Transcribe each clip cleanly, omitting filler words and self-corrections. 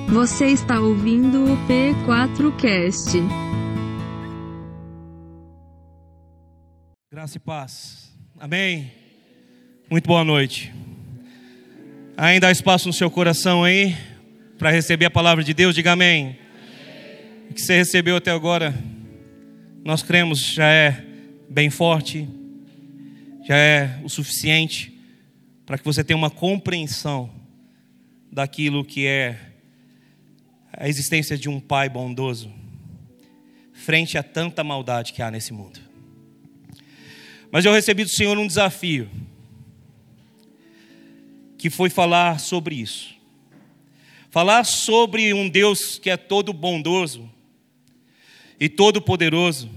Você está ouvindo o P4Cast. Graça e paz. Amém. Muito boa noite. Ainda há espaço no seu coração aí para receber a palavra de Deus? Diga amém. O que você recebeu até agora, nós cremos, já é bem forte, já é o suficiente para que você tenha uma compreensão daquilo que é a existência de um Pai bondoso frente a tanta maldade que há nesse mundo. Mas eu recebi do Senhor um desafio, que foi falar sobre isso. Falar sobre um Deus que é todo bondoso e todo poderoso,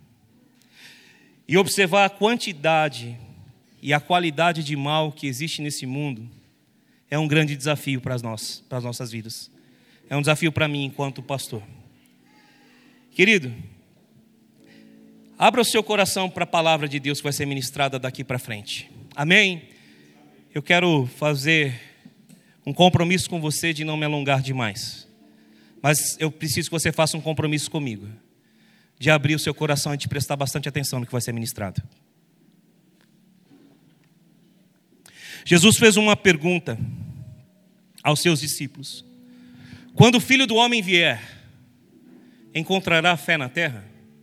e observar a quantidade e a qualidade de mal que existe nesse mundo, é um grande desafio para as nossas vidas. É um desafio para mim enquanto pastor. Querido, abra o seu coração para a palavra de Deus que vai ser ministrada daqui para frente. Amém? Eu quero fazer um compromisso com você de não me alongar demais. Mas eu preciso que você faça um compromisso comigo, de abrir o seu coração e de prestar bastante atenção no que vai ser ministrado. Jesus fez uma pergunta aos seus discípulos: quando o Filho do Homem vier, encontrará fé na terra?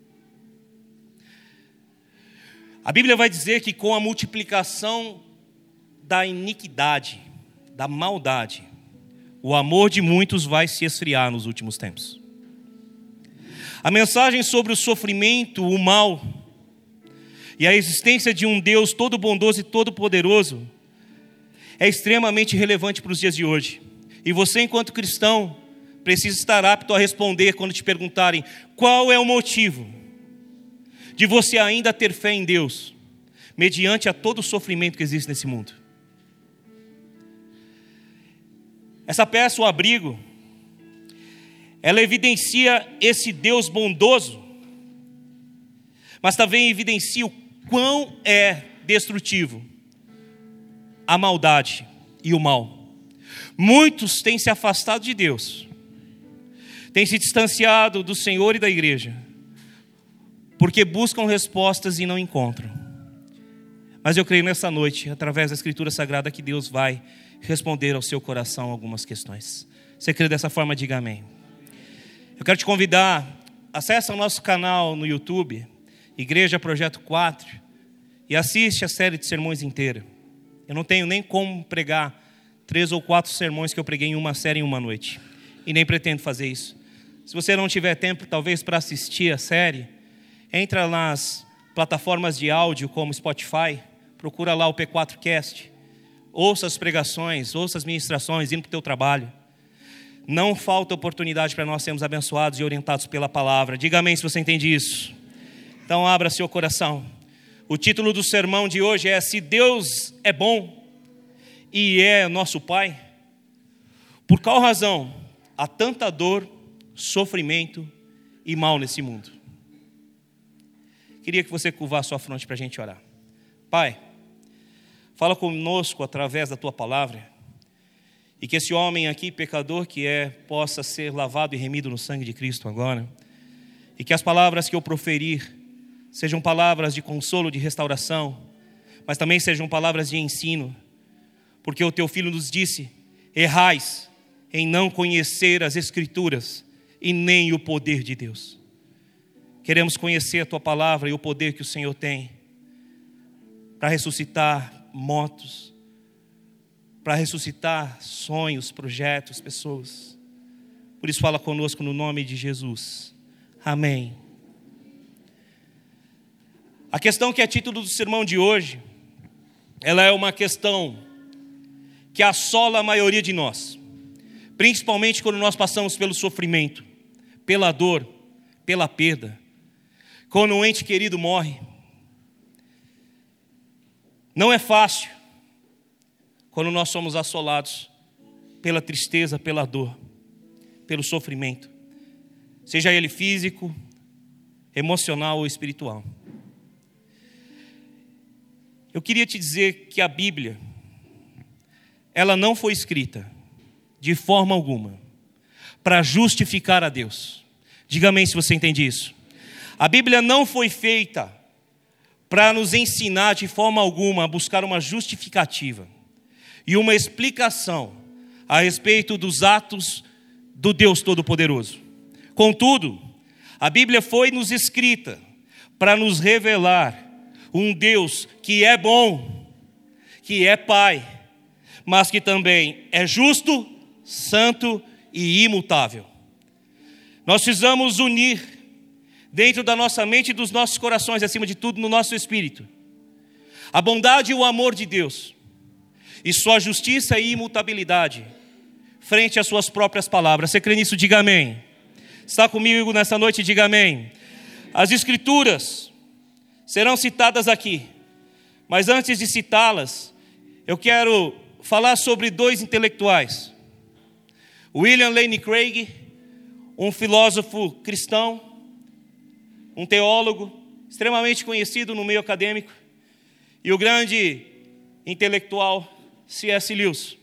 A Bíblia vai dizer que com a multiplicação da iniquidade, da maldade, o amor de muitos vai se esfriar nos últimos tempos. A mensagem sobre o sofrimento, o mal e a existência de um Deus todo bondoso e todo poderoso é extremamente relevante para os dias de hoje. E você, enquanto cristão, precisa estar apto a responder quando te perguntarem qual é o motivo de você ainda ter fé em Deus, mediante a todo o sofrimento que existe nesse mundo. Essa peça, o abrigo, ela evidencia esse Deus bondoso, mas também evidencia o quão é destrutivo a maldade e o mal. Muitos têm se afastado de Deus, têm se distanciado do Senhor e da igreja, porque buscam respostas e não encontram. Mas eu creio nessa noite, através da Escritura Sagrada, que Deus vai responder ao seu coração algumas questões. Você crê dessa forma? Diga amém. Eu quero te convidar, acesse o nosso canal no YouTube, Igreja Projeto 4, e assiste a série de sermões inteira. Eu não tenho nem como pregar 3 ou 4 sermões que eu preguei em uma série em uma noite, e nem pretendo fazer isso. Se você não tiver tempo, talvez, para assistir a série, entra nas plataformas de áudio como Spotify, procura lá o P4Cast, ouça as pregações, ouça as ministrações, indo para o teu trabalho. Não falta oportunidade para nós sermos abençoados e orientados pela palavra. Diga amém se você entende isso. Então abra seu coração. O título do sermão de hoje é: se Deus é bom e é nosso Pai, por qual razão há tanta dor, sofrimento e mal nesse mundo? Queria que você curvasse sua fronte para a gente orar. Pai, fala conosco através da Tua palavra, e que esse homem aqui, pecador que é, possa ser lavado e remido no sangue de Cristo agora, e que as palavras que eu proferir sejam palavras de consolo, de restauração, mas também sejam palavras de ensino, porque o Teu Filho nos disse: errais em não conhecer as Escrituras e nem o poder de Deus. Queremos conhecer a Tua palavra e o poder que o Senhor tem para ressuscitar mortos, para ressuscitar sonhos, projetos, pessoas. Por isso fala conosco no nome de Jesus. Amém. A questão que é título do sermão de hoje, ela é uma questão que assola a maioria de nós, principalmente quando nós passamos pelo sofrimento, pela dor, pela perda, quando um ente querido morre. Não é fácil quando nós somos assolados pela tristeza, pela dor, pelo sofrimento, seja ele físico, emocional ou espiritual. Eu queria te dizer que a Bíblia, ela não foi escrita de forma alguma para justificar a Deus. Diga amém se você entende isso. A Bíblia não foi feita para nos ensinar de forma alguma a buscar uma justificativa e uma explicação a respeito dos atos do Deus Todo-Poderoso. Contudo, a Bíblia foi nos escrita para nos revelar um Deus que é bom, que é Pai, mas que também é justo, santo e imutável. Nós precisamos unir dentro da nossa mente e dos nossos corações, acima de tudo no nosso espírito, a bondade e o amor de Deus e sua justiça e imutabilidade frente às suas próprias palavras. Você crê nisso? Diga amém. Está comigo nessa noite? Diga amém. As Escrituras serão citadas aqui, mas antes de citá-las, eu quero falar sobre dois intelectuais. William Lane Craig, um filósofo cristão, um teólogo extremamente conhecido no meio acadêmico, e o grande intelectual C.S. Lewis.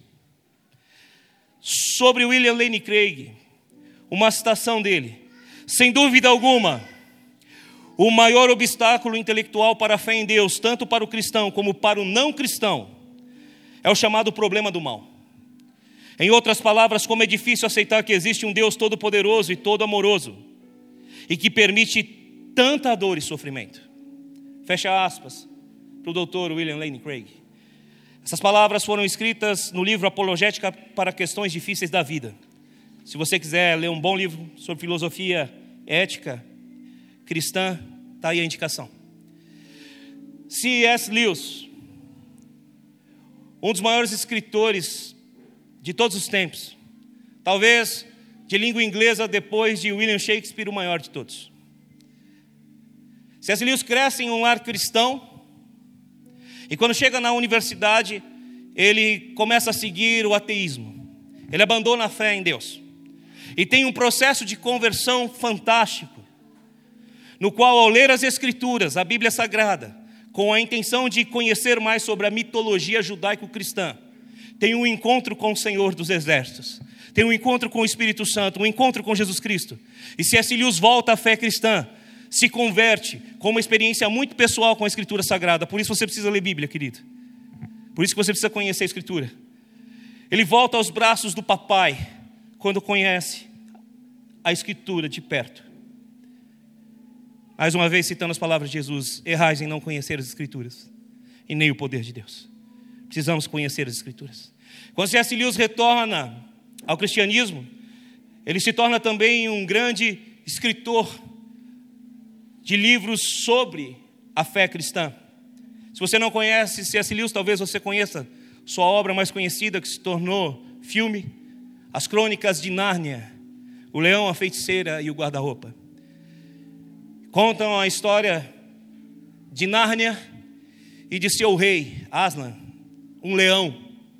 Sobre William Lane Craig, uma citação dele: sem dúvida alguma, o maior obstáculo intelectual para a fé em Deus, tanto para o cristão como para o não cristão, é o chamado problema do mal. Em outras palavras, como é difícil aceitar que existe um Deus todo-poderoso e todo-amoroso, e que permite tanta dor e sofrimento. Fecha aspas para o doutor William Lane Craig. Essas palavras foram escritas no livro Apologética para Questões Difíceis da Vida. Se você quiser ler um bom livro sobre filosofia ética cristã, está aí a indicação. C.S. Lewis, um dos maiores escritores de todos os tempos, talvez de língua inglesa depois de William Shakespeare, o maior de todos. C.S. Lewis cresce em um lar cristão, e quando chega na universidade, ele começa a seguir o ateísmo. Ele abandona a fé em Deus. E tem um processo de conversão fantástico, no qual, ao ler as Escrituras, a Bíblia Sagrada, com a intenção de conhecer mais sobre a mitologia judaico-cristã, tem um encontro com o Senhor dos Exércitos, tem um encontro com o Espírito Santo, um encontro com Jesus Cristo. E C.S. Lewis volta à fé cristã, se converte com uma experiência muito pessoal com a Escritura Sagrada. Por isso você precisa ler Bíblia, querido. Por isso que você precisa conhecer a Escritura. Ele volta aos braços do papai quando conhece a Escritura de perto. Mais uma vez citando as palavras de Jesus: errais em não conhecer as Escrituras e nem o poder de Deus. Precisamos conhecer as Escrituras. Quando C.S. Lewis retorna ao cristianismo, ele se torna também um grande escritor de livros sobre a fé cristã. Se você não conhece C.S. Lewis, talvez você conheça sua obra mais conhecida, que se tornou filme, As Crônicas de Nárnia, O Leão, a Feiticeira e o Guarda-Roupa. Contam a história de Nárnia e de seu rei, Aslan, um leão,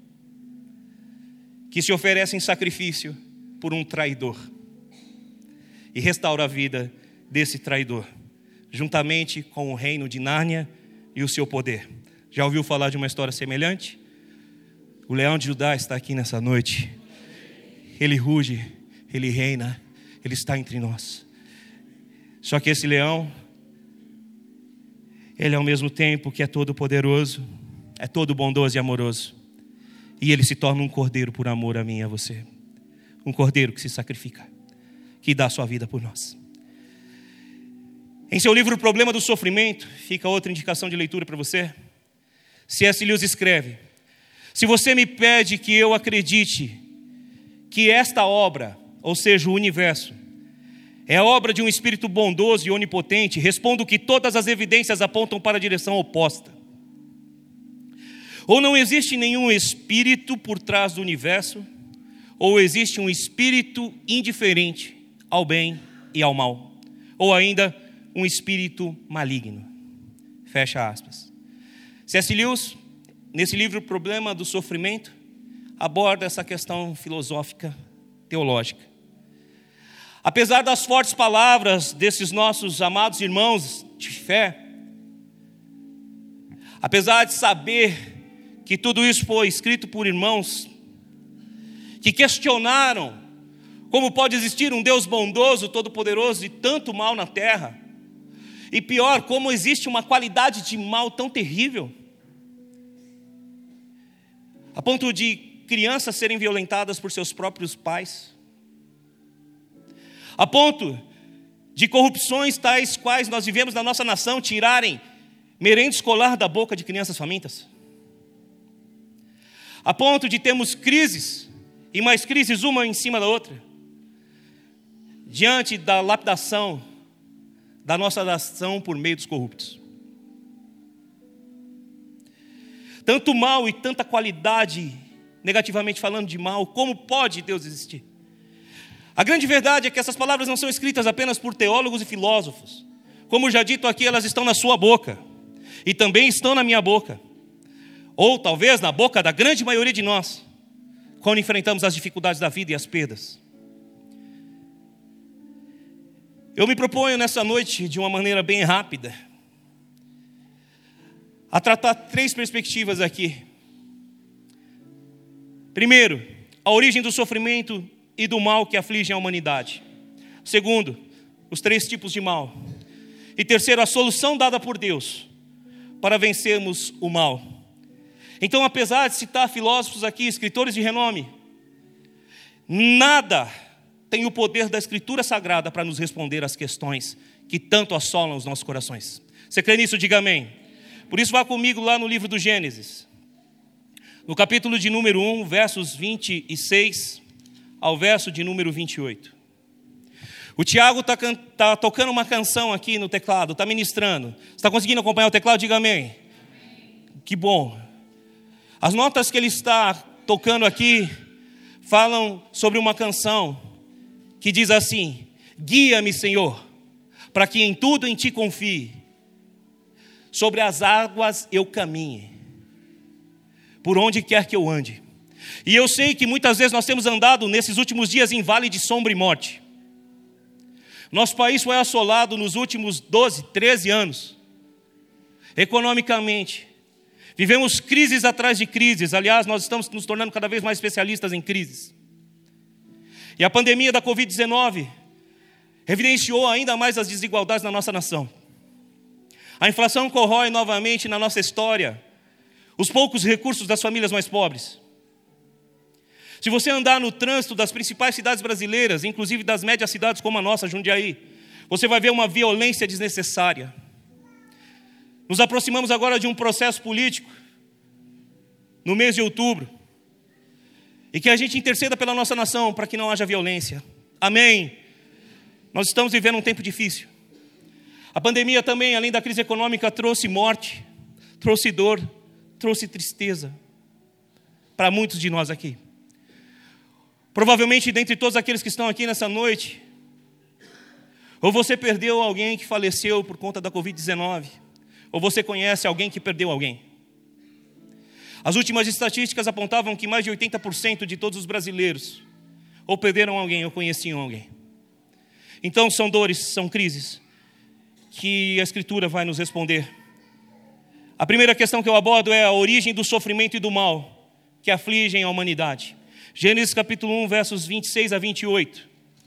que se oferece em sacrifício por um traidor e restaura a vida desse traidor, juntamente com o reino de Nárnia e o seu poder. Já ouviu falar de uma história semelhante? O leão de Judá está aqui nessa noite. Ele ruge, ele reina, ele está entre nós. Só que esse leão, ele ao mesmo tempo que é todo poderoso, é todo bondoso e amoroso. E ele se torna um cordeiro por amor a mim e a você. Um cordeiro que se sacrifica, que dá a sua vida por nós. Em seu livro O Problema do Sofrimento, fica outra indicação de leitura para você. C.S. Lewis escreve: se você me pede que eu acredite que esta obra, ou seja, o universo, é a obra de um espírito bondoso e onipotente, respondo que todas as evidências apontam para a direção oposta. Ou não existe nenhum espírito por trás do universo, ou existe um espírito indiferente ao bem e ao mal, ou ainda um espírito maligno. Fecha aspas. C.S. Lewis, nesse livro O Problema do Sofrimento, aborda essa questão filosófica, teológica. Apesar das fortes palavras desses nossos amados irmãos de fé, apesar de saber que tudo isso foi escrito por irmãos que questionaram Como pode existir um Deus bondoso, todo-poderoso e tanto mal na terra? E pior, como existe uma qualidade de mal tão terrível, a ponto de crianças serem violentadas por seus próprios pais, a ponto de corrupções tais quais nós vivemos na nossa nação tirarem merenda escolar da boca de crianças famintas, a ponto de termos crises e mais crises uma em cima da outra, diante da lapidação da nossa nação por meio dos corruptos. Tanto mal e tanta qualidade, negativamente falando de mal, como pode Deus existir? A grande verdade é que essas palavras não são escritas apenas por teólogos e filósofos. Como já dito aqui, elas estão na sua boca, e também estão na minha boca, ou talvez na boca da grande maioria de nós, quando enfrentamos as dificuldades da vida e as perdas. Eu me proponho nessa noite, de uma maneira bem rápida, a tratar 3 perspectivas aqui. Primeiro, a origem do sofrimento e do mal que afligem a humanidade. Segundo, os 3 tipos de mal. E terceiro, a solução dada por Deus para vencermos o mal. Então, apesar de citar filósofos aqui, escritores de renome, nada tem o poder da Escritura Sagrada para nos responder às questões que tanto assolam os nossos corações. Você crê nisso? Diga amém. Por isso, vá comigo lá no livro do Gênesis, no capítulo de número 1, versos 26 ao verso de número 28. O Tiago está tocando uma canção aqui no teclado, está ministrando. Você está conseguindo acompanhar o teclado? Diga amém. Que bom. As notas que ele está tocando aqui falam sobre uma canção que diz assim: guia-me, Senhor, para que em tudo em ti confie. Sobre as águas eu caminhe, por onde quer que eu ande. E eu sei que muitas vezes nós temos andado nesses últimos dias em vale de sombra e morte. Nosso país foi assolado nos últimos 12, 13 anos, economicamente. Vivemos crises atrás de crises. Aliás, nós estamos nos tornando cada vez mais especialistas em crises. E a pandemia da Covid-19 evidenciou ainda mais as desigualdades na nossa nação. A inflação corrói novamente na nossa história os poucos recursos das famílias mais pobres. Se você andar no trânsito das principais cidades brasileiras, inclusive das médias cidades como a nossa, Jundiaí, você vai ver uma violência desnecessária. Nos aproximamos agora de um processo político, no mês de outubro, e que a gente interceda pela nossa nação para que não haja violência. Amém. Nós estamos vivendo um tempo difícil. A pandemia também, além da crise econômica, trouxe morte, trouxe dor, trouxe tristeza para muitos de nós aqui. Provavelmente, dentre todos aqueles que estão aqui nessa noite, ou você perdeu alguém que faleceu por conta da Covid-19, ou você conhece alguém que perdeu alguém. As últimas estatísticas apontavam que mais de 80% de todos os brasileiros ou perderam alguém ou conheciam alguém. Então são dores, são crises que a Escritura vai nos responder. A primeira questão que eu abordo é a origem do sofrimento e do mal que afligem a humanidade. Gênesis capítulo 1, versos 26 a 28.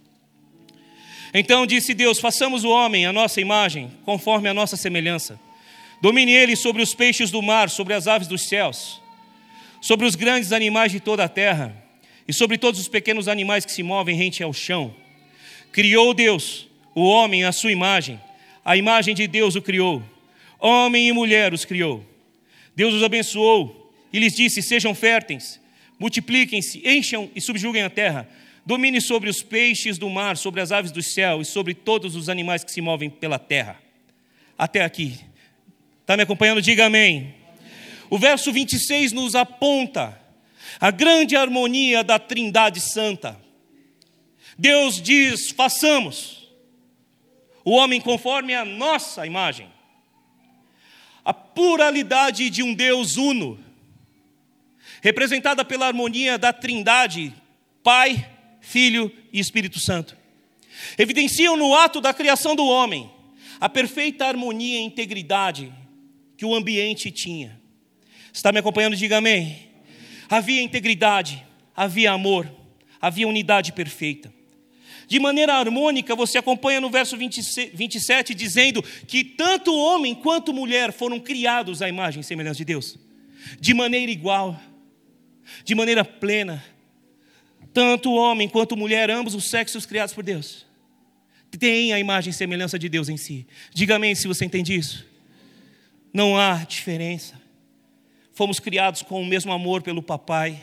Então disse Deus: façamos o homem à nossa imagem, conforme a nossa semelhança. Domine ele sobre os peixes do mar, sobre as aves dos céus, sobre os grandes animais de toda a terra, e sobre todos os pequenos animais que se movem rente ao chão. Criou Deus o homem à sua imagem, a imagem de Deus o criou, homem e mulher os criou. Deus os abençoou e lhes disse: sejam férteis, multipliquem-se, encham e subjuguem a terra, domine sobre os peixes do mar, sobre as aves do céu e sobre todos os animais que se movem pela terra. Até aqui. Está me acompanhando? Diga amém. O verso 26 nos aponta a grande harmonia da Trindade Santa. Deus diz: façamos o homem conforme a nossa imagem. A pluralidade de um Deus uno, representada pela harmonia da Trindade, Pai, Filho e Espírito Santo, evidenciam no ato da criação do homem a perfeita harmonia e integridade que o ambiente tinha. Está me acompanhando? Diga amém. Havia integridade, havia amor, havia unidade perfeita. De maneira harmônica, você acompanha no verso 27, dizendo que tanto homem quanto mulher foram criados à imagem e semelhança de Deus. De maneira igual, de maneira plena. Tanto homem quanto mulher, ambos os sexos criados por Deus, têm a imagem e semelhança de Deus em si. Diga amém se você entende isso. Não há diferença. Fomos criados com o mesmo amor pelo papai.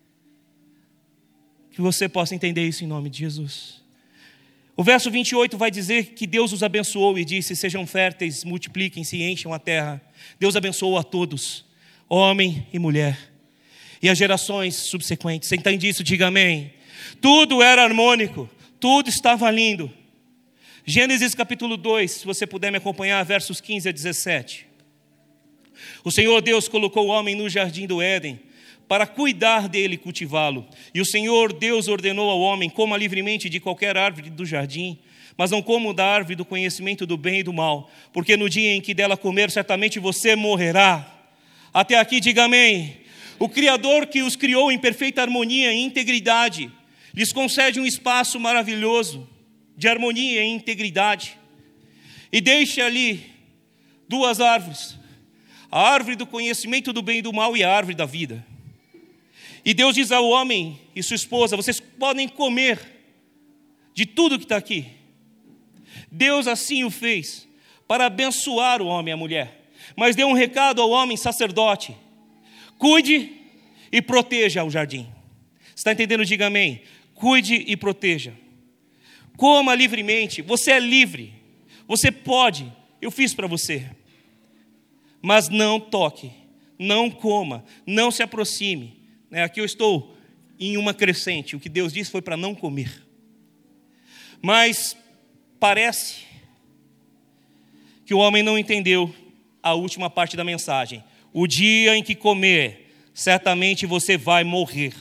Que você possa entender isso em nome de Jesus. O verso 28 vai dizer que Deus os abençoou e disse: sejam férteis, multipliquem-se e encham a terra. Deus abençoou a todos, homem e mulher, e as gerações subsequentes. Você entende isso? Diga amém. Tudo era harmônico, tudo estava lindo. Gênesis capítulo 2, se você puder me acompanhar, versos 15 a 17. O Senhor Deus colocou o homem no jardim do Éden para cuidar dele e cultivá-lo. E o Senhor Deus ordenou ao homem: coma livremente de qualquer árvore do jardim, mas não coma da árvore do conhecimento do bem e do mal, porque no dia em que dela comer, certamente você morrerá. Até aqui, diga amém. O Criador que os criou em perfeita harmonia e integridade, lhes concede um espaço maravilhoso de harmonia e integridade, e deixa ali duas árvores: a árvore do conhecimento do bem e do mal e a árvore da vida. E Deus diz ao homem e sua esposa: vocês podem comer de tudo que está aqui. Deus assim o fez para abençoar o homem e a mulher, mas deu um recado ao homem sacerdote: cuide e proteja o jardim. Está entendendo? Diga amém. Cuide e proteja. Coma livremente. Você é livre. Você pode. Eu fiz para você. Mas não toque, não coma, não se aproxime. Aqui eu estou em uma crescente. O que Deus disse foi para não comer. Mas parece que o homem não entendeu a última parte da mensagem. O dia em que comer, certamente você vai morrer.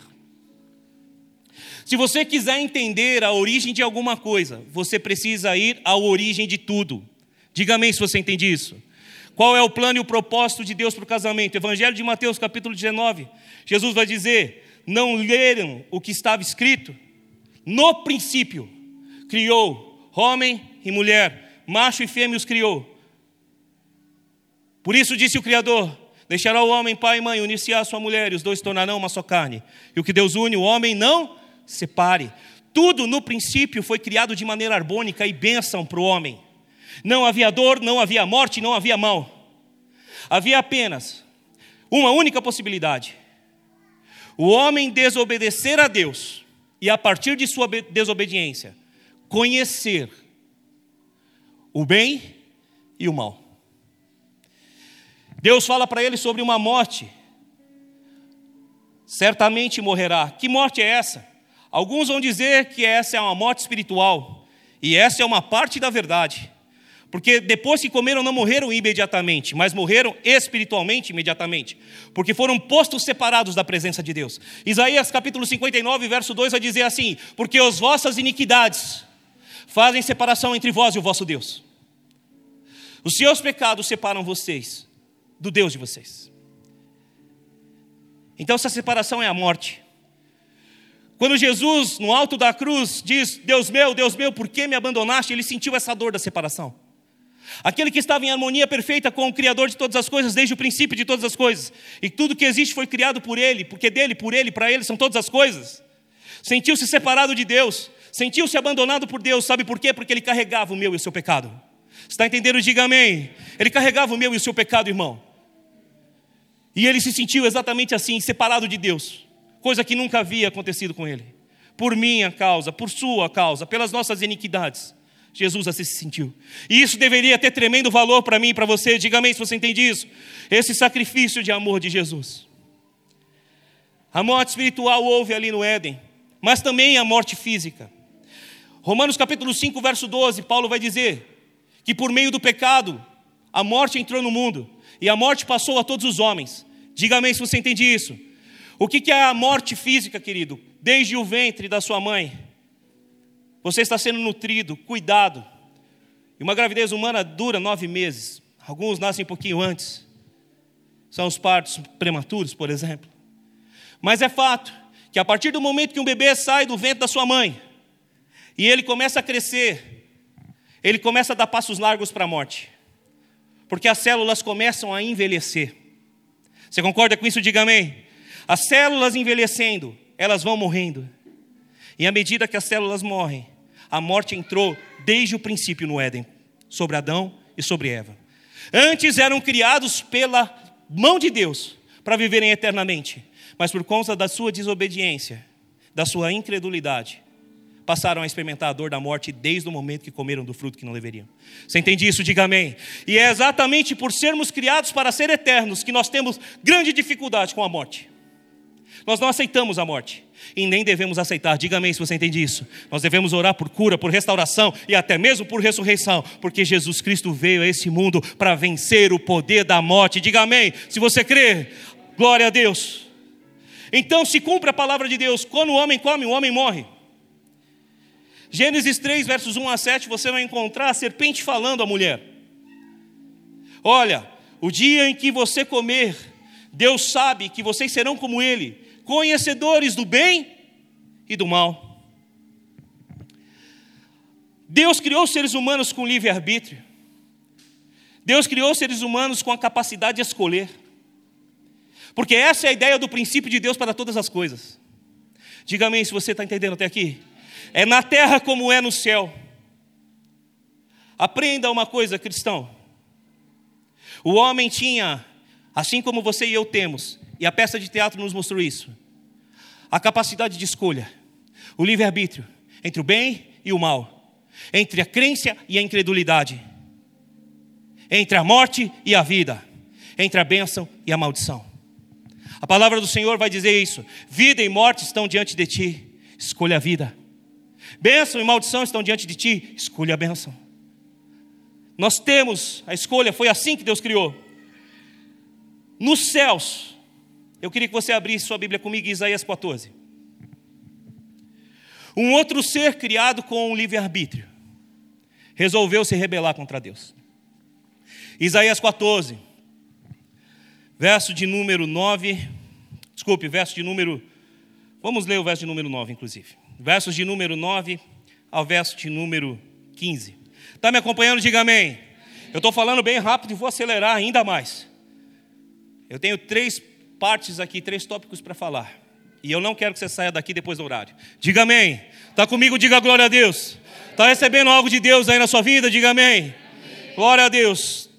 Se você quiser entender a origem de alguma coisa, você precisa ir à origem de tudo. Diga amém se você entende isso. Qual é o plano e o propósito de Deus para o casamento? Evangelho de Mateus, capítulo 19. Jesus vai dizer: não leram o que estava escrito? No princípio, criou homem e mulher, macho e fêmea os criou. Por isso disse o Criador: deixará o homem pai e mãe, unir-se à sua mulher, e os dois se tornarão uma só carne. E o que Deus une, o homem não separe. Tudo no princípio foi criado de maneira harmônica e bênção para o homem. Não havia dor, não havia morte, não havia mal. Havia apenas uma única possibilidade: o homem desobedecer a Deus e, a partir de sua desobediência, conhecer o bem e o mal. Deus fala para ele sobre uma morte: certamente morrerá. Que morte é essa? Alguns vão dizer que essa é uma morte espiritual, e essa é uma parte da verdade. Porque depois que comeram, não morreram imediatamente, mas morreram espiritualmente imediatamente, porque foram postos separados da presença de Deus. Isaías capítulo 59, verso 2 vai dizer assim: porque as vossas iniquidades fazem separação entre vós e o vosso Deus. Os seus pecados separam vocês do Deus de vocês. Então essa separação é a morte. Quando Jesus, no alto da cruz, diz: Deus meu, por que me abandonaste? Ele sentiu essa dor da separação. Aquele que estava em harmonia perfeita com o Criador de todas as coisas, desde o princípio de todas as coisas, e tudo que existe foi criado por Ele, porque dele, por Ele, para Ele são todas as coisas. Sentiu-se separado de Deus, sentiu-se abandonado por Deus. Sabe por quê? Porque Ele carregava o meu e o seu pecado. Está entendendo? Diga amém. Ele carregava o meu e o seu pecado, irmão. E ele se sentiu exatamente assim, separado de Deus, coisa que nunca havia acontecido com ele. Por minha causa, por sua causa, pelas nossas iniquidades, Jesus assim se sentiu. E isso deveria ter tremendo valor para mim e para você. Diga amém se você entende isso. Esse sacrifício de amor de Jesus. A morte espiritual houve ali no Éden, mas também a morte física. Romanos capítulo 5, verso 12, Paulo vai dizer que por meio do pecado, a morte entrou no mundo, e a morte passou a todos os homens. Diga amém se você entende isso. O que é a morte física, querido? Desde o ventre da sua mãe, você está sendo nutrido, cuidado. E uma gravidez humana dura 9 meses. Alguns nascem um pouquinho antes. São os partos prematuros, por exemplo. Mas é fato que a partir do momento que um bebê sai do ventre da sua mãe e ele começa a crescer, ele começa a dar passos largos para a morte, porque as células começam a envelhecer. Você concorda com isso? Diga amém. As células envelhecendo, elas vão morrendo, e à medida que as células morrem, a morte entrou desde o princípio no Éden, sobre Adão e sobre Eva. Antes eram criados pela mão de Deus para viverem eternamente, mas por causa da sua desobediência, da sua incredulidade, passaram a experimentar a dor da morte desde o momento que comeram do fruto que não deveriam. Você entende isso? Diga amém. E é exatamente por sermos criados para ser eternos que nós temos grande dificuldade com a morte. Nós não aceitamos a morte e nem devemos aceitar. Diga amém se você entende isso. Nós devemos orar por cura, por restauração e até mesmo por ressurreição, porque Jesus Cristo veio a esse mundo para vencer o poder da morte. Diga amém se você crê. Glória a Deus. Então se cumpre a palavra de Deus: quando o homem come, o homem morre. Gênesis 3, versos 1 a 7, você vai encontrar a serpente falando à mulher: olha, o dia em que você comer, Deus sabe que vocês serão como Ele, conhecedores do bem e do mal. Deus criou os seres humanos com livre-arbítrio. Deus criou os seres humanos com a capacidade de escolher. Porque essa é a ideia do princípio de Deus para todas as coisas. Diga amém se você está entendendo até aqui. É na terra como é no céu. Aprenda uma coisa, cristão. O homem tinha, assim como você e eu temos, e a peça de teatro nos mostrou isso, a capacidade de escolha, o livre-arbítrio entre o bem e o mal, entre a crença e a incredulidade, entre a morte e a vida, entre a bênção e a maldição. A palavra do Senhor vai dizer isso: vida e morte estão diante de ti, escolha a vida. Bênção e maldição estão diante de ti, escolha a bênção. Nós temos a escolha, foi assim que Deus criou. Nos céus, eu queria que você abrisse sua Bíblia comigo em Isaías 14. Um outro ser criado com um livre-arbítrio resolveu se rebelar contra Deus. Isaías 14, verso de número 9, vamos ler o verso de número 9, inclusive. Versos de número 9 ao verso de número 15. Está me acompanhando? Diga amém. Eu estou falando bem rápido e vou acelerar ainda mais. Eu tenho 3 partes aqui, 3 tópicos para falar. E eu não quero que você saia daqui depois do horário. Diga amém. Está comigo? Diga glória a Deus. Está recebendo algo de Deus aí na sua vida? Diga amém. Glória a Deus.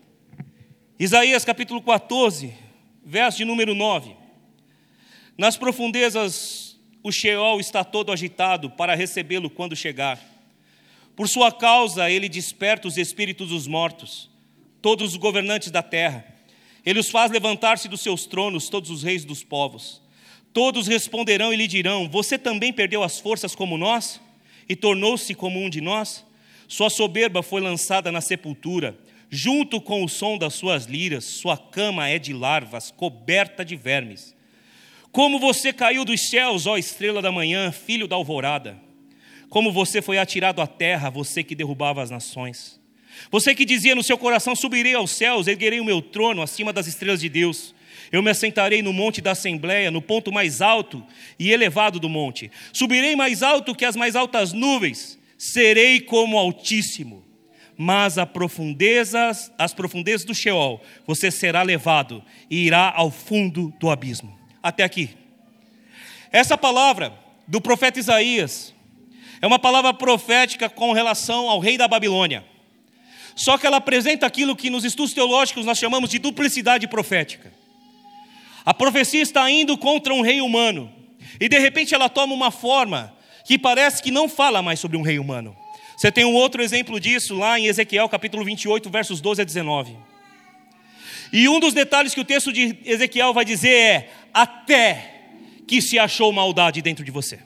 Isaías capítulo 14, verso de número 9. Nas profundezas o Sheol está todo agitado para recebê-lo quando chegar. Por sua causa ele desperta os espíritos dos mortos, todos os governantes da terra. Ele os faz levantar-se dos seus tronos, todos os reis dos povos. Todos responderão e lhe dirão: você também perdeu as forças como nós? E tornou-se como um de nós? Sua soberba foi lançada na sepultura, junto com o som das suas liras. Sua cama é de larvas, coberta de vermes. Como você caiu dos céus, ó estrela da manhã, filho da alvorada. Como você foi atirado à terra, você que derrubava as nações. Você que dizia no seu coração: subirei aos céus, erguerei o meu trono acima das estrelas de Deus. Eu me assentarei no monte da assembleia, no ponto mais alto e elevado do monte. Subirei mais alto que as mais altas nuvens, serei como o Altíssimo. Mas as profundezas do Sheol, você será levado e irá ao fundo do abismo. Até aqui. Essa palavra do profeta Isaías é uma palavra profética com relação ao rei da Babilônia. Só que ela apresenta aquilo que nos estudos teológicos nós chamamos de duplicidade profética. A profecia está indo contra um rei humano e de repente ela toma uma forma que parece que não fala mais sobre um rei humano. Você tem um outro exemplo disso lá em Ezequiel capítulo 28, versos 12 a 19. E um dos detalhes que o texto de Ezequiel vai dizer é: até que se achou maldade dentro de você.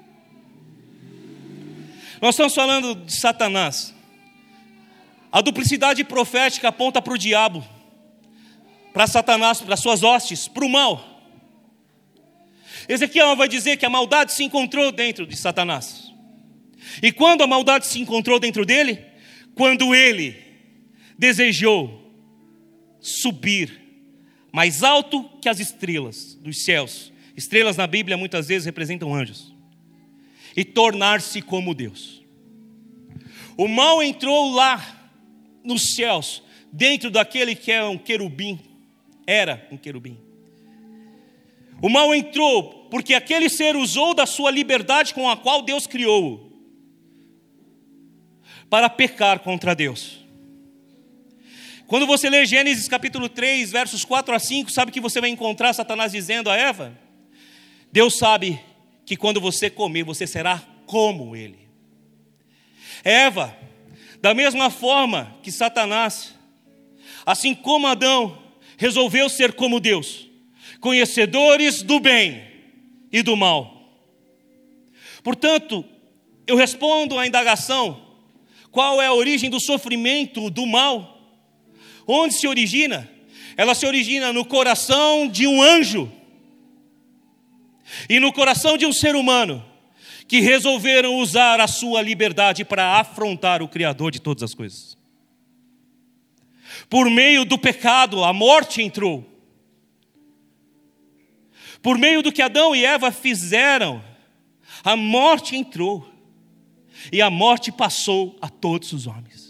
Nós estamos falando de Satanás. A duplicidade profética aponta para o diabo, para Satanás, para suas hostes, para o mal. Ezequiel vai dizer que a maldade se encontrou dentro de Satanás. E quando a maldade se encontrou dentro dele? Quando ele desejou subir mais alto que as estrelas dos céus. Estrelas na Bíblia muitas vezes representam anjos. e tornar-se como Deus. O mal entrou lá nos céus, dentro daquele que é um querubim, era um querubim. O mal entrou porque aquele ser usou da sua liberdade com a qual Deus criou-o para pecar contra Deus. Quando você lê Gênesis capítulo 3, versos 4 a 5, sabe que você vai encontrar Satanás dizendo a Eva: Deus sabe que quando você comer, você será como ele. Eva, da mesma forma que Satanás, assim como Adão, resolveu ser como Deus, conhecedores do bem e do mal. Portanto, eu respondo à indagação: qual é a origem do sofrimento do mal? Onde se origina? Ela se origina no coração de um anjo e no coração de um ser humano que resolveram usar a sua liberdade para afrontar o Criador de todas as coisas. Por meio do pecado, a morte entrou. Por meio do que Adão e Eva fizeram, a morte entrou. E a morte passou a todos os homens.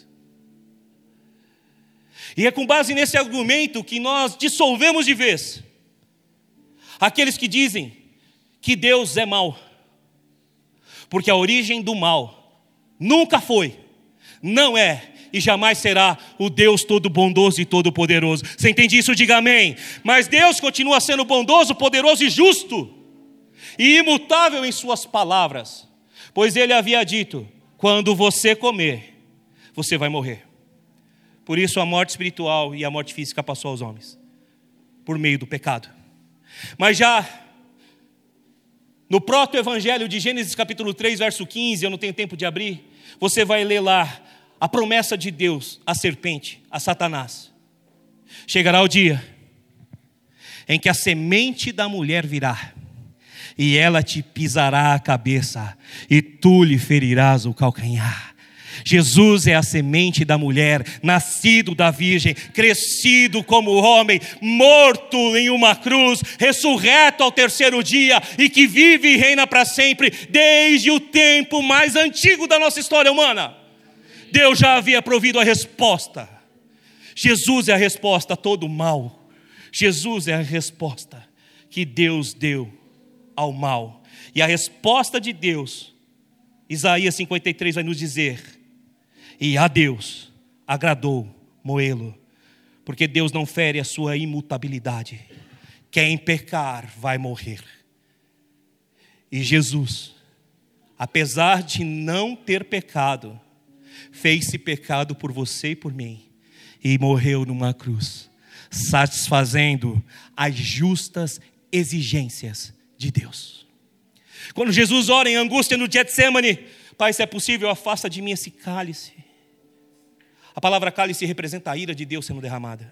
E é com base nesse argumento que nós dissolvemos de vez aqueles que dizem que Deus é mau. Porque a origem do mal nunca foi, não é e jamais será o Deus todo bondoso e todo poderoso. Você entende isso? Diga amém. Mas Deus continua sendo bondoso, poderoso e justo, e imutável em suas palavras, pois Ele havia dito: quando você comer, você vai morrer. Por isso a morte espiritual e a morte física passou aos homens, por meio do pecado. Mas já no proto-evangelho de Gênesis capítulo 3, verso 15, eu não tenho tempo de abrir, você vai ler lá a promessa de Deus à serpente, a Satanás. Chegará o dia em que a semente da mulher virá, e ela te pisará a cabeça, e tu lhe ferirás o calcanhar. Jesus é a semente da mulher, nascido da virgem, crescido como homem, morto em uma cruz, ressurreto ao terceiro dia, e que vive e reina para sempre, desde o tempo mais antigo da nossa história humana. Deus já havia provido a resposta. Jesus é a resposta a todo o mal. Jesus é a resposta que Deus deu ao mal. E a resposta de Deus, Isaías 53 vai nos dizer: e a Deus agradou moê-lo, porque Deus não fere a sua imutabilidade. Quem pecar vai morrer. E Jesus, apesar de não ter pecado, fez-se pecado por você e por mim, e morreu numa cruz, satisfazendo as justas exigências de Deus. Quando Jesus ora em angústia no Getsemane: Pai, se é possível, afasta de mim esse cálice. A palavra cálice representa a ira de Deus sendo derramada.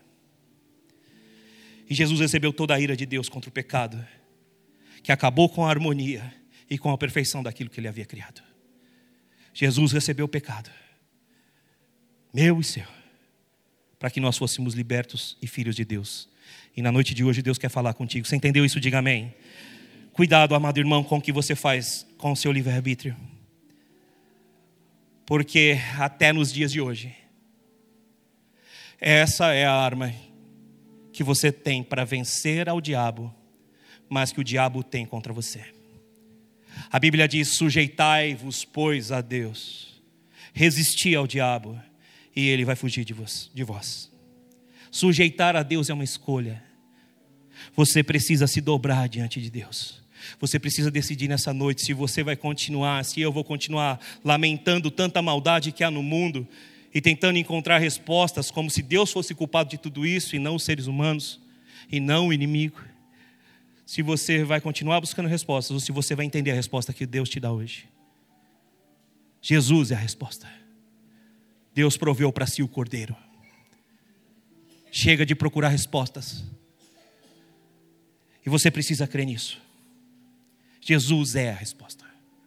E Jesus recebeu toda a ira de Deus contra o pecado, que acabou com a harmonia e com a perfeição daquilo que Ele havia criado. Jesus recebeu o pecado, meu e seu, para que nós fôssemos libertos e filhos de Deus. E na noite de hoje Deus quer falar contigo. Você entendeu isso? Diga amém. Cuidado, amado irmão, com o que você faz com o seu livre-arbítrio. Porque até nos dias de hoje, essa é a arma que você tem para vencer ao diabo, mas que o diabo tem contra você. A Bíblia diz: sujeitai-vos, pois, a Deus, resisti ao diabo, e ele vai fugir de vós. Sujeitar a Deus é uma escolha. Você precisa se dobrar diante de Deus. Você precisa decidir nessa noite se você vai continuar, se eu vou continuar lamentando tanta maldade que há no mundo e tentando encontrar respostas como se Deus fosse culpado de tudo isso e não os seres humanos e não o inimigo. Se você vai continuar buscando respostas ou se você vai entender a resposta que Deus te dá hoje. Jesus é a resposta. Deus proveu para si o Cordeiro. Chega de procurar respostas. E você precisa crer nisso. Jesus é a resposta.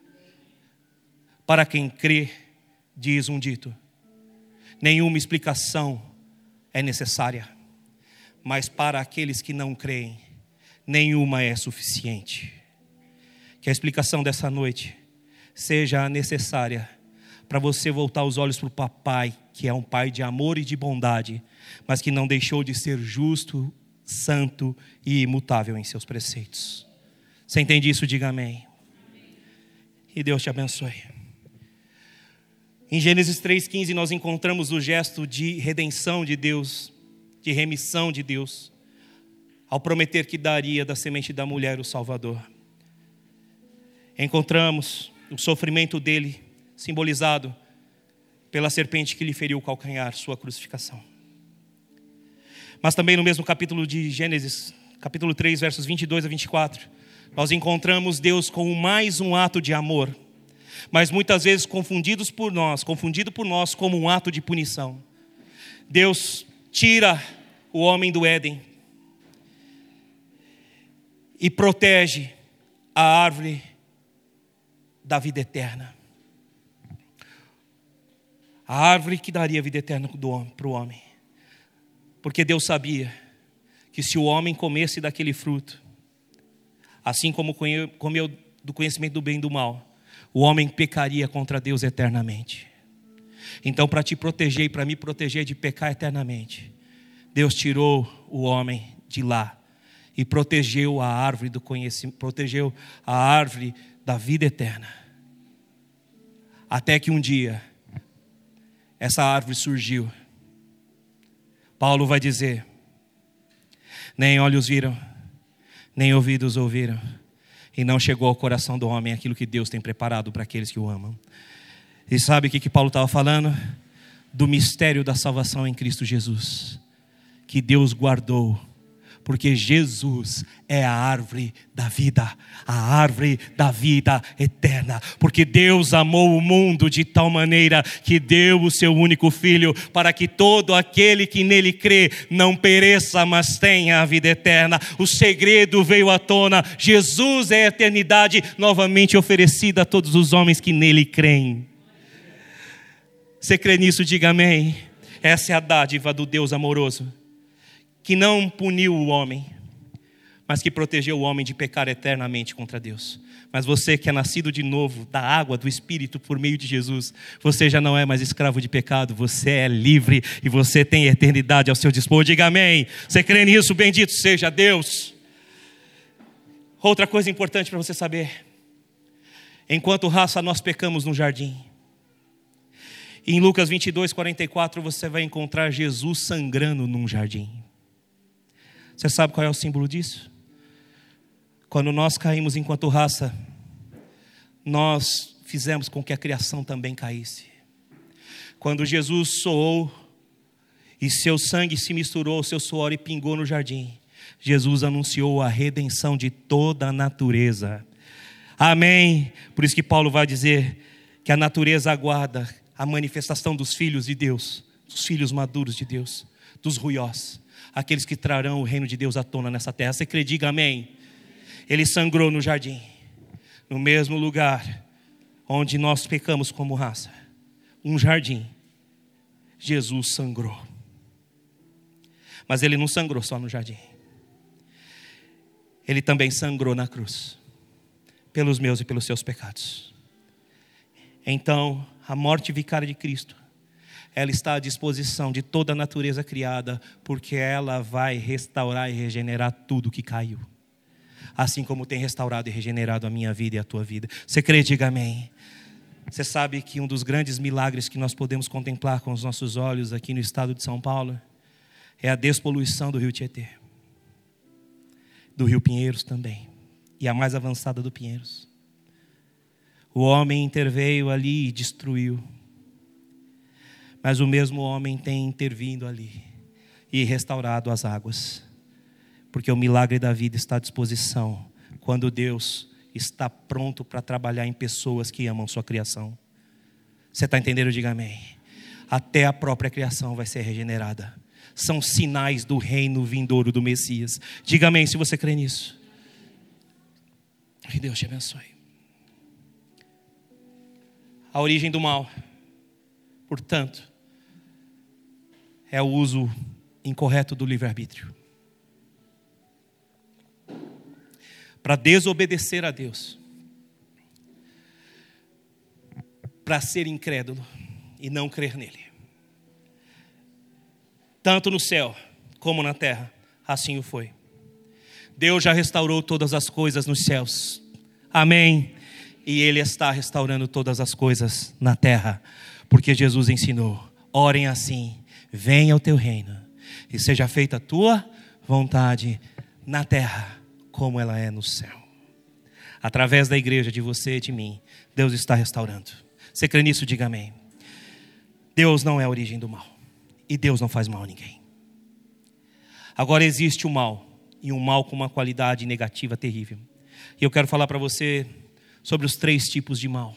Para quem crê, diz um dito: nenhuma explicação é necessária, mas para aqueles que não creem, nenhuma é suficiente. Que a explicação dessa noite seja necessária para você voltar os olhos para o papai, que é um pai de amor e de bondade, mas que não deixou de ser justo, santo e imutável em seus preceitos. Você entende isso? Diga amém. E Deus te abençoe. Em Gênesis 3,15 nós encontramos o gesto de redenção de Deus, de remissão de Deus, ao prometer que daria da semente da mulher o Salvador. Encontramos o sofrimento dele, simbolizado pela serpente que lhe feriu o calcanhar, sua crucificação. Mas também no mesmo capítulo de Gênesis, capítulo 3, versos 22 a 24, nós encontramos Deus com mais um ato de amor, mas muitas vezes confundido por nós como um ato de punição. Deus tira o homem do Éden e protege a árvore da vida eterna. A árvore que daria vida eterna para o homem. Porque Deus sabia que se o homem comesse daquele fruto, assim como comeu do conhecimento do bem e do mal, o homem pecaria contra Deus eternamente. Então, para te proteger e para me proteger de pecar eternamente, Deus tirou o homem de lá e protegeu a árvore do conhecimento, protegeu a árvore da vida eterna. Até que um dia essa árvore surgiu. Paulo vai dizer: nem olhos viram, nem ouvidos ouviram, e não chegou ao coração do homem aquilo que Deus tem preparado para aqueles que o amam. E sabe o que Paulo estava falando? Do mistério da salvação em Cristo Jesus, que Deus guardou, porque Jesus é a árvore da vida eterna. Porque Deus amou o mundo de tal maneira que deu o seu único Filho, para que todo aquele que nele crê não pereça, mas tenha a vida eterna. O segredo veio à tona: Jesus é a eternidade novamente oferecida a todos os homens que nele creem. Você crê nisso? Diga amém. Essa é a dádiva do Deus amoroso, que não puniu o homem, mas que protegeu o homem de pecar eternamente contra Deus. Mas você que é nascido de novo, da água, do Espírito, por meio de Jesus, você já não é mais escravo de pecado, você é livre e você tem eternidade ao seu dispor. Diga amém. Você crê nisso? Bendito seja Deus. Outra coisa importante para você saber: enquanto raça nós pecamos no jardim. Em Lucas 22, 44 você vai encontrar Jesus sangrando num jardim. Você sabe qual é o símbolo disso? Quando nós caímos enquanto raça, nós fizemos com que a criação também caísse. Quando Jesus soou e seu sangue se misturou, seu suor e pingou no jardim, Jesus anunciou a redenção de toda a natureza. Amém? Por isso que Paulo vai dizer que a natureza aguarda a manifestação dos filhos de Deus, dos filhos maduros de Deus, dos ruiós, aqueles que trarão o reino de Deus à tona nessa terra. Você crê? Diga amém. Ele sangrou no jardim, no mesmo lugar onde nós pecamos como raça. Um jardim. Jesus sangrou. Mas ele não sangrou só no jardim. Ele também sangrou na cruz, pelos meus e pelos seus pecados. Então, a morte vicária de Cristo, ela está à disposição de toda a natureza criada, porque ela vai restaurar e regenerar tudo que caiu, assim como tem restaurado e regenerado a minha vida e a tua vida. Você crê? Diga amém. Você sabe que um dos grandes milagres que nós podemos contemplar com os nossos olhos aqui no estado de São Paulo é a despoluição do rio Tietê, do rio Pinheiros também, e a mais avançada do Pinheiros. O homem interveio ali e destruiu, mas o mesmo homem tem intervindo ali e restaurado as águas, porque o milagre da vida está à disposição quando Deus está pronto para trabalhar em pessoas que amam sua criação. Você está entendendo? Diga amém. Até a própria criação vai ser regenerada. São sinais do reino vindouro do Messias. Diga amém se você crê nisso. Que Deus te abençoe. A origem do mal, portanto, é o uso incorreto do livre-arbítrio. Para desobedecer a Deus, para ser incrédulo e não crer nele. Tanto no céu como na terra, assim o foi. Deus já restaurou todas as coisas nos céus. Amém. E Ele está restaurando todas as coisas na terra. Porque Jesus ensinou: orem assim, venha o teu reino e seja feita a tua vontade na terra como ela é no céu. Através da igreja, de você e de mim, Deus está restaurando. Você crê nisso? Diga amém. Deus não é a origem do mal. E Deus não faz mal a ninguém. Agora existe o mal. E um mal com uma qualidade negativa terrível. E eu quero falar para você sobre os 3 tipos de mal.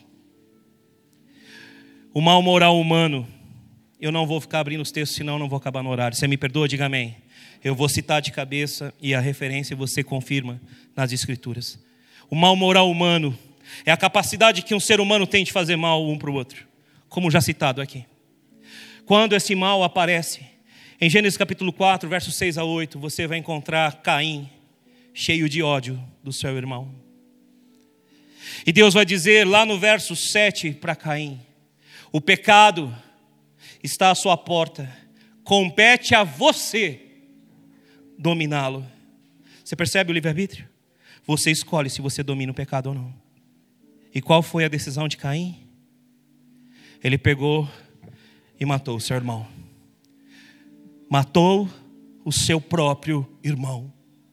O mal moral humano. Eu não vou ficar abrindo os textos, senão eu não vou acabar no horário. Você me perdoa? Diga amém. Eu vou citar de cabeça e a referência você confirma nas escrituras. O mal moral humano é a capacidade que um ser humano tem de fazer mal um para o outro. Como já citado aqui. Quando esse mal aparece, em Gênesis capítulo 4, versos 6 a 8, você vai encontrar Caim cheio de ódio do seu irmão. E Deus vai dizer lá no verso 7 para Caim: o pecado está à sua porta, compete a você dominá-lo. Você percebe o livre-arbítrio? Você escolhe se você domina o pecado ou não. E qual foi a decisão de Caim? Ele pegou e matou o seu irmão. Matou o seu próprio irmão.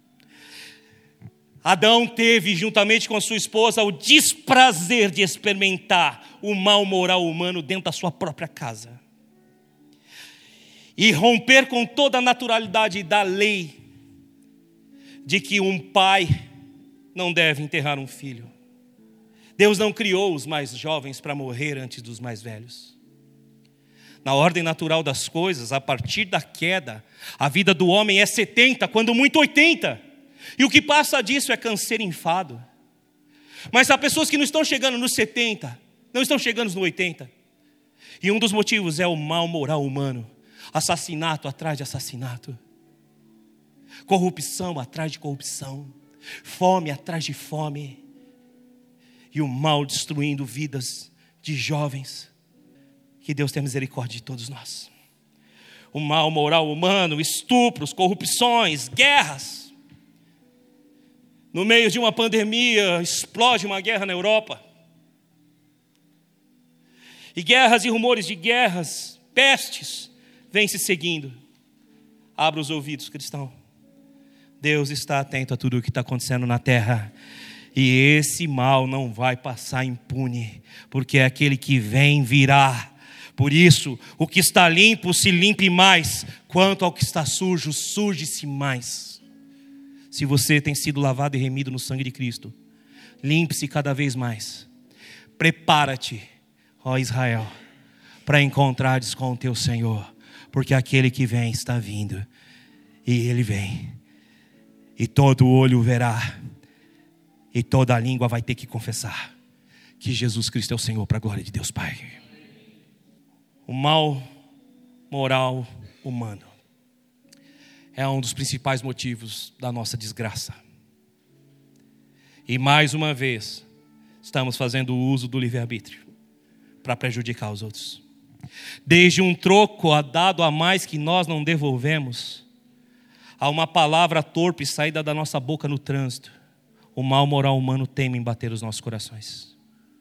Adão teve, juntamente com a sua esposa, o desprazer de experimentar o mal moral humano dentro da sua própria casa. E romper com toda a naturalidade da lei de que um pai não deve enterrar um filho. Deus não criou os mais jovens para morrer antes dos mais velhos. Na ordem natural das coisas, a partir da queda, a vida do homem é 70, quando muito 80. E o que passa disso é canseiro e enfado. Mas há pessoas que não estão chegando nos 70, não estão chegando nos 80. E um dos motivos é o mal moral humano. Assassinato atrás de assassinato. Corrupção atrás de corrupção. Fome atrás de fome. E o mal destruindo vidas de jovens. Que Deus tenha misericórdia de todos nós. O mal moral humano, estupros, corrupções, guerras. No meio de uma pandemia, explode uma guerra na Europa. E guerras e rumores de guerras, pestes, vêm se seguindo. Abra os ouvidos, cristão. Deus está atento a tudo o que está acontecendo na terra. E esse mal não vai passar impune, porque é aquele que vem virá. Por isso, o que está limpo se limpe mais, quanto ao que está sujo, suje-se mais. Se você tem sido lavado e remido no sangue de Cristo, limpe-se cada vez mais. Prepara-te, ó Israel, para encontrares com o teu Senhor, porque aquele que vem está vindo, e Ele vem, e todo olho verá, e toda a língua vai ter que confessar que Jesus Cristo é o Senhor, para a glória de Deus Pai. O mal moral humano é um dos principais motivos da nossa desgraça. E mais uma vez, estamos fazendo uso do livre-arbítrio para prejudicar os outros. Desde um troco dado a mais que nós não devolvemos, a uma palavra torpe saída da nossa boca no trânsito, o mal moral humano teme em bater os nossos corações.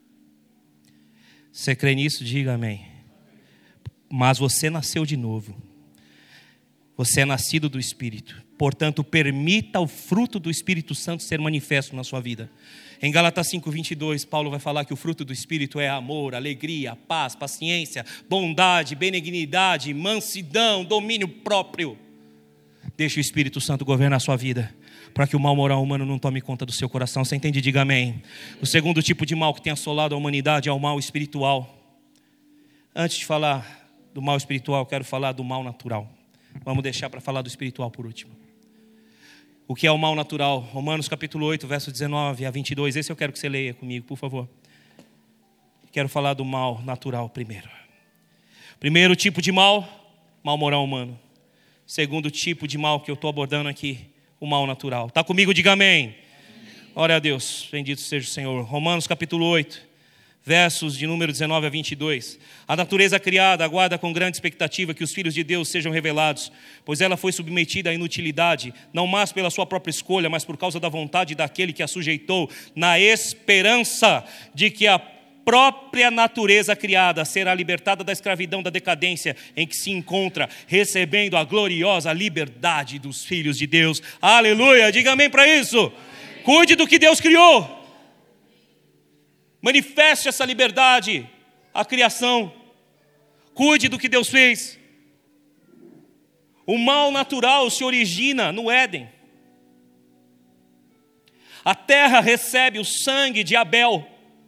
Você crê nisso? Diga amém. Mas você nasceu de novo. Você é nascido do Espírito. Portanto, permita o fruto do Espírito Santo ser manifesto na sua vida. Em Gálatas 5:22, Paulo vai falar que o fruto do Espírito é amor, alegria, paz, paciência, bondade, benignidade, mansidão, domínio próprio. Deixe o Espírito Santo governar a sua vida, para que o mal moral humano não tome conta do seu coração. Você entende? Diga amém. O segundo tipo de mal que tem assolado a humanidade é o mal espiritual. Antes de falar do mal espiritual, eu quero falar do mal natural. Vamos deixar para falar do espiritual por último. O que é o mal natural? Romanos capítulo 8, verso 19 a 22. Esse eu quero que você leia comigo, por favor. Quero falar do mal natural primeiro. Primeiro tipo de mal, mal moral humano. Segundo tipo de mal que eu estou abordando aqui, o mal natural. Está comigo? Diga amém. Glória a Deus, bendito seja o Senhor. Romanos capítulo 8, versos de número 19 a 22. A natureza criada aguarda com grande expectativa que os filhos de Deus sejam revelados, pois ela foi submetida à inutilidade, não mais pela sua própria escolha, mas por causa da vontade daquele que a sujeitou, na esperança de que a própria natureza criada será libertada da escravidão da decadência em que se encontra, recebendo a gloriosa liberdade dos filhos de Deus. Aleluia, diga amém para isso. Cuide do que Deus criou. Manifeste essa liberdade à criação. Cuide do que Deus fez. O mal natural se origina no Éden. A terra recebe o sangue de Abel,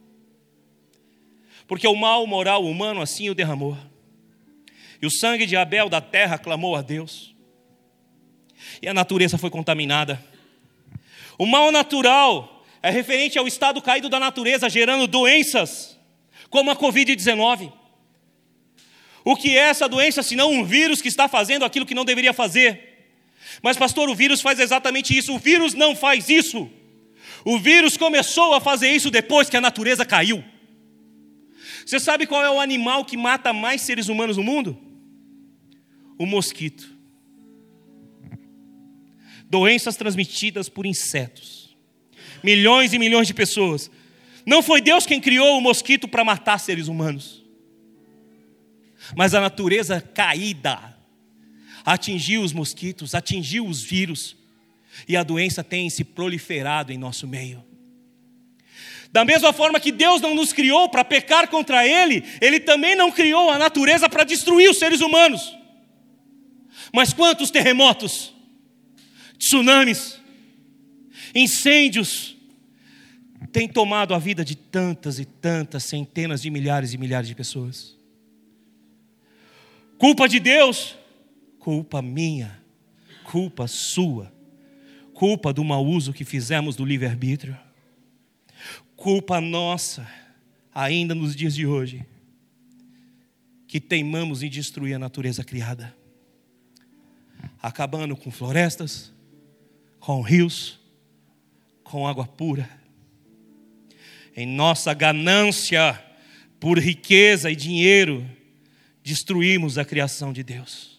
porque o mal moral humano assim o derramou. E o sangue de Abel da terra clamou a Deus. E a natureza foi contaminada. O mal natural é referente ao estado caído da natureza, gerando doenças, como a Covid-19. O que é essa doença, senão um vírus que está fazendo aquilo que não deveria fazer? Mas pastor, o vírus faz exatamente isso. O vírus não faz isso. O vírus começou a fazer isso depois que a natureza caiu. Você sabe qual é o animal que mata mais seres humanos no mundo? O mosquito. Doenças transmitidas por insetos. Milhões e milhões de pessoas. Não foi Deus quem criou o mosquito para matar seres humanos, mas a natureza caída atingiu os mosquitos, atingiu os vírus, e a doença tem se proliferado em nosso meio. Da mesma forma que Deus não nos criou para pecar contra Ele, Ele também não criou a natureza para destruir os seres humanos. Mas quantos terremotos, tsunamis, incêndios têm tomado a vida de tantas e tantas centenas de milhares e milhares de pessoas? Culpa de Deus? Culpa minha, culpa sua, culpa do mau uso que fizemos do livre-arbítrio, culpa nossa, ainda nos dias de hoje, que teimamos em destruir a natureza criada, acabando com florestas, com rios, com água pura. Em nossa ganância por riqueza e dinheiro, destruímos a criação de Deus.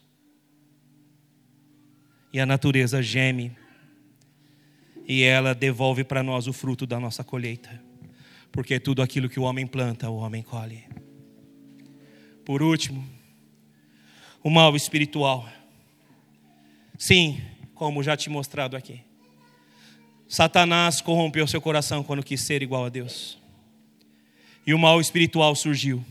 E a natureza geme, e ela devolve para nós o fruto da nossa colheita, porque tudo aquilo que o homem planta, o homem colhe. Por último, o mal espiritual. Sim, como já te mostrado aqui, Satanás corrompeu seu coração quando quis ser igual a Deus. E o mal espiritual surgiu.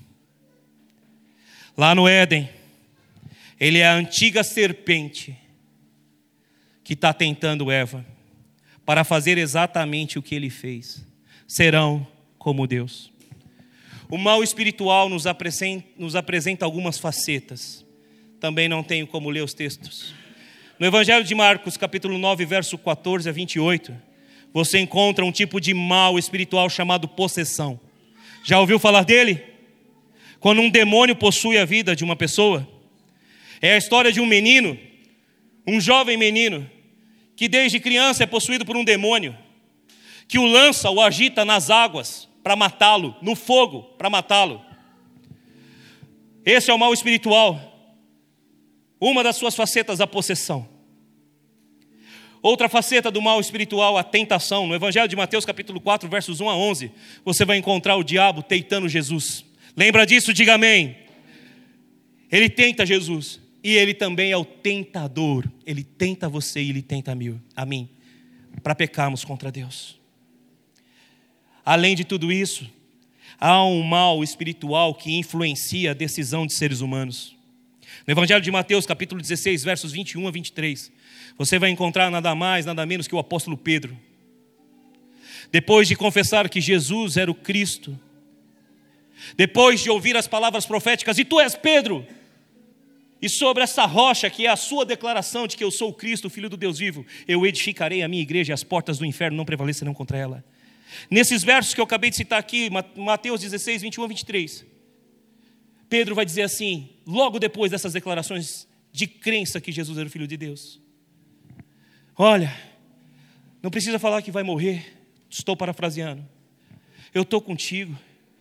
Lá no Éden, ele é a antiga serpente que está tentando Eva para fazer exatamente o que ele fez. Serão como Deus. O mal espiritual nos apresenta algumas facetas. Também não tenho como ler os textos. No Evangelho de Marcos, capítulo 9, verso 14 a 28, você encontra um tipo de mal espiritual chamado possessão. Já ouviu falar dele? Quando um demônio possui a vida de uma pessoa. É a história de um menino, um jovem menino, que desde criança é possuído por um demônio, que o lança, o agita nas águas para matá-lo, no fogo para matá-lo. Esse é o mal espiritual. Uma das suas facetas, a possessão. Outra faceta do mal espiritual, a tentação. No Evangelho de Mateus, capítulo 4, versos 1 a 11, você vai encontrar o diabo tentando Jesus. Lembra disso? Diga amém. Ele tenta Jesus. E ele também é o tentador. Ele tenta você e ele tenta a mim. Para pecarmos contra Deus. Além de tudo isso, há um mal espiritual que influencia a decisão de seres humanos. No Evangelho de Mateus, capítulo 16, versos 21 a 23, você vai encontrar nada mais, nada menos que o apóstolo Pedro. Depois de confessar que Jesus era o Cristo, depois de ouvir as palavras proféticas, e tu és Pedro, e sobre essa rocha que é a sua declaração de que eu sou o Cristo, o Filho do Deus vivo, eu edificarei a minha igreja e as portas do inferno não prevalecerão contra ela. Nesses versos que eu acabei de citar aqui, Mateus 16, 21 a 23, Pedro vai dizer assim, logo depois dessas declarações de crença que Jesus era o Filho de Deus: olha, não precisa falar que vai morrer, estou parafraseando, eu estou contigo,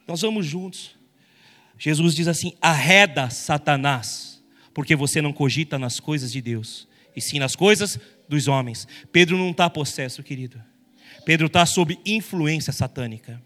Nós vamos juntos. Jesus diz assim: arreda, Satanás, porque você não cogita nas coisas de Deus, e sim nas coisas dos homens. Pedro não está possesso, querido. Pedro está sob influência satânica.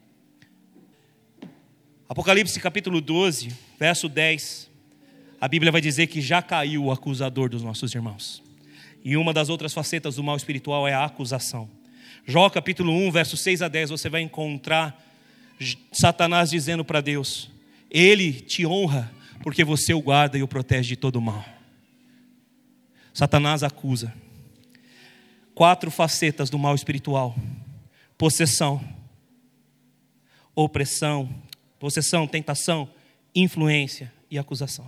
Apocalipse capítulo 12, verso 10. A Bíblia vai dizer que já caiu o acusador dos nossos irmãos. E uma das outras facetas do mal espiritual é a acusação. Jó capítulo 1, verso 6 a 10, você vai encontrar Satanás dizendo para Deus: Ele te honra porque você o guarda e o protege de todo o mal. Satanás acusa. 4 facetas do mal espiritual: possessão, opressão, tentação, influência e acusação.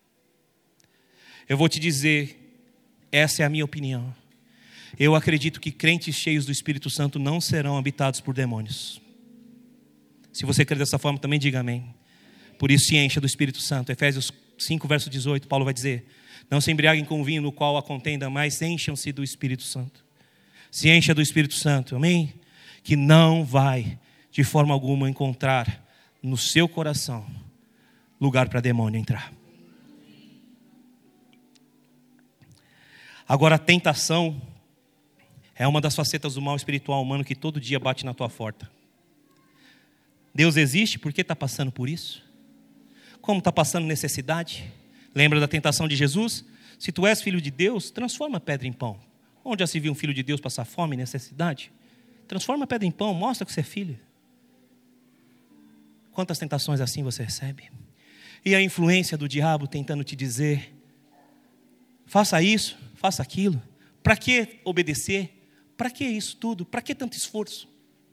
Eu vou te dizer, essa é a minha opinião. Eu acredito que crentes cheios do Espírito Santo não serão habitados por demônios. Se você crê dessa forma, também diga amém. Por isso se encha do Espírito Santo. Efésios 5, verso 18, Paulo vai dizer: não se embriaguem com o vinho no qual há contenda, mas encham-se do Espírito Santo. Se encha do Espírito Santo, amém? Que não vai, de forma alguma, encontrar no seu coração lugar para demônio entrar. Agora, a tentação é uma das facetas do mal espiritual humano que todo dia bate na tua porta. Deus existe? Por que está passando por isso? Como está passando necessidade? Lembra da tentação de Jesus? Se tu és filho de Deus, transforma a pedra em pão. Onde já se viu um filho de Deus passar fome e necessidade? Transforma a pedra em pão, mostra que você é filho. Quantas tentações assim você recebe? E a influência do diabo tentando te dizer: faça isso, faça aquilo. Para que obedecer? Para que isso tudo? Para que tanto esforço?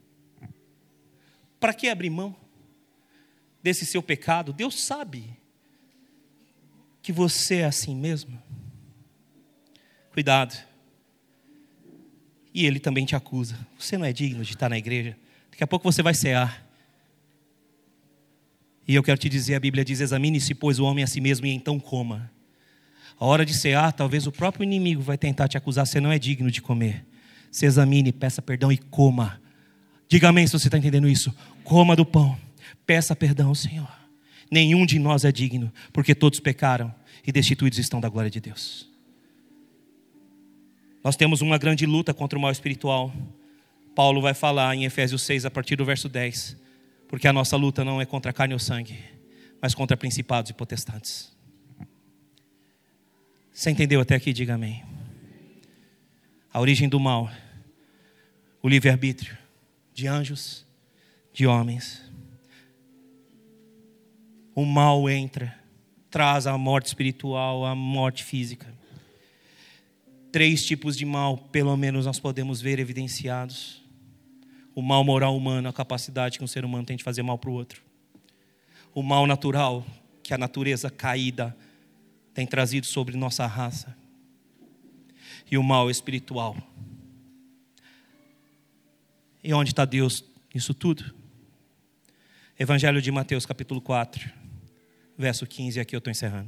Para que abrir mão desse seu pecado? Deus sabe que você é assim mesmo. Cuidado. E Ele também te acusa. Você não é digno de estar na igreja. Daqui a pouco você vai cear. E eu quero te dizer, a Bíblia diz: examine-se, pois, o homem a si mesmo, e então coma. A hora de cear, talvez o próprio inimigo vai tentar te acusar: você não é digno de comer. Se examine, peça perdão e coma. Diga amém se você está entendendo isso. Coma do pão, peça perdão ao Senhor. Nenhum de nós é digno, porque todos pecaram e destituídos estão da glória de Deus. Nós temos uma grande luta contra o mal espiritual. Paulo vai falar em Efésios 6, a partir do verso 10. Porque a nossa luta não é contra a carne ou sangue, mas contra principados e potestades. Você entendeu até aqui? Diga amém. A origem do mal, o livre-arbítrio de anjos, de homens. O mal entra, traz a morte espiritual, a morte física. 3 tipos de mal, pelo menos, nós podemos ver evidenciados. O mal moral humano, a capacidade que um ser humano tem de fazer mal para o outro. O mal natural, que a natureza caída tem trazido sobre nossa raça. E o mal espiritual. E onde está Deus nisso tudo? Evangelho de Mateus capítulo 4, verso 15, aqui eu estou encerrando.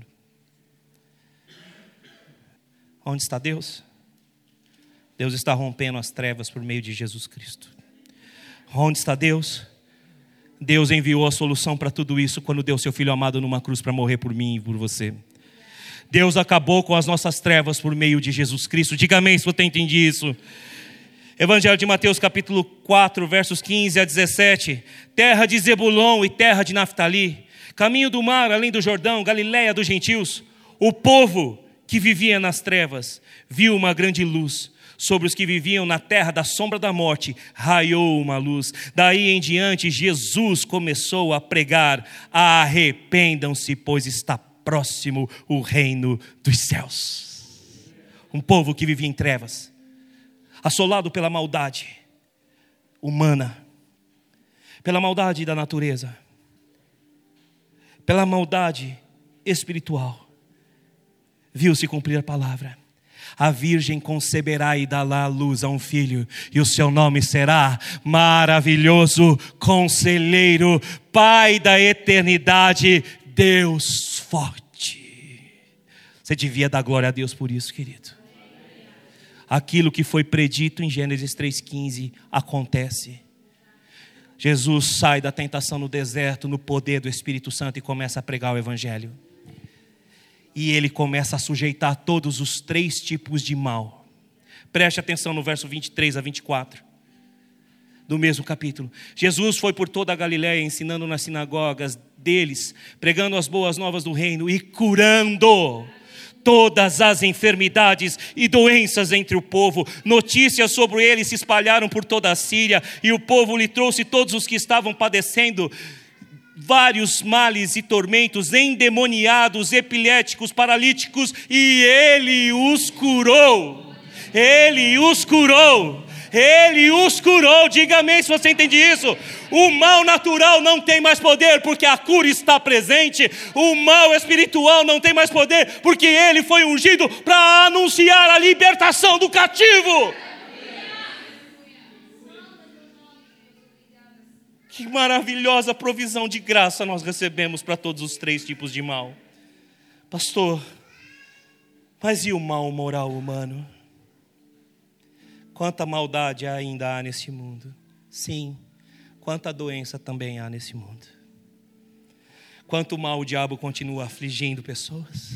Onde está Deus? Deus está rompendo as trevas por meio de Jesus Cristo. Onde está Deus? Deus enviou a solução para tudo isso quando deu seu Filho amado numa cruz para morrer por mim e por você. Deus acabou com as nossas trevas por meio de Jesus Cristo. Diga amém se você entende isso. Evangelho de Mateus capítulo 4, versos 15 a 17. Terra de Zebulon e terra de Naftali, caminho do mar além do Jordão, Galileia dos gentios. O povo que vivia nas trevas viu uma grande luz. Sobre os que viviam na terra da sombra da morte, raiou uma luz. Daí em diante, Jesus começou a pregar: arrependam-se, pois está próximo o reino dos céus. Um povo que vivia em trevas, assolado pela maldade humana, pela maldade da natureza, pela maldade espiritual, viu-se cumprir a palavra: a virgem conceberá e dará à luz a um filho, e o seu nome será Maravilhoso, Conselheiro, Pai da Eternidade, Deus Forte. Você devia dar glória a Deus por isso, querido. Aquilo que foi predito em Gênesis 3,15 acontece. Jesus sai da tentação no deserto, no poder do Espírito Santo, e começa a pregar o Evangelho. E ele começa a sujeitar todos os 3 tipos de mal. Preste atenção no verso 23 a 24. Do mesmo capítulo. Jesus foi por toda a Galiléia, ensinando nas sinagogas deles, pregando as boas novas do reino e curando todas as enfermidades e doenças entre o povo. Notícias sobre ele se espalharam por toda a Síria, e o povo lhe trouxe todos os que estavam padecendo vários males e tormentos, endemoniados, epiléticos, paralíticos, e ele os curou. Ele os curou. Ele os curou. Diga amém se você entende isso. O mal natural não tem mais poder, porque a cura está presente. O mal espiritual não tem mais poder, porque ele foi ungido para anunciar a libertação do cativo. Que maravilhosa provisão de graça nós recebemos para todos os 3 tipos de mal. Pastor, mas e o mal moral humano? Quanta maldade ainda há nesse mundo. Sim, quanta doença também há nesse mundo. Quanto mal o diabo continua afligindo pessoas.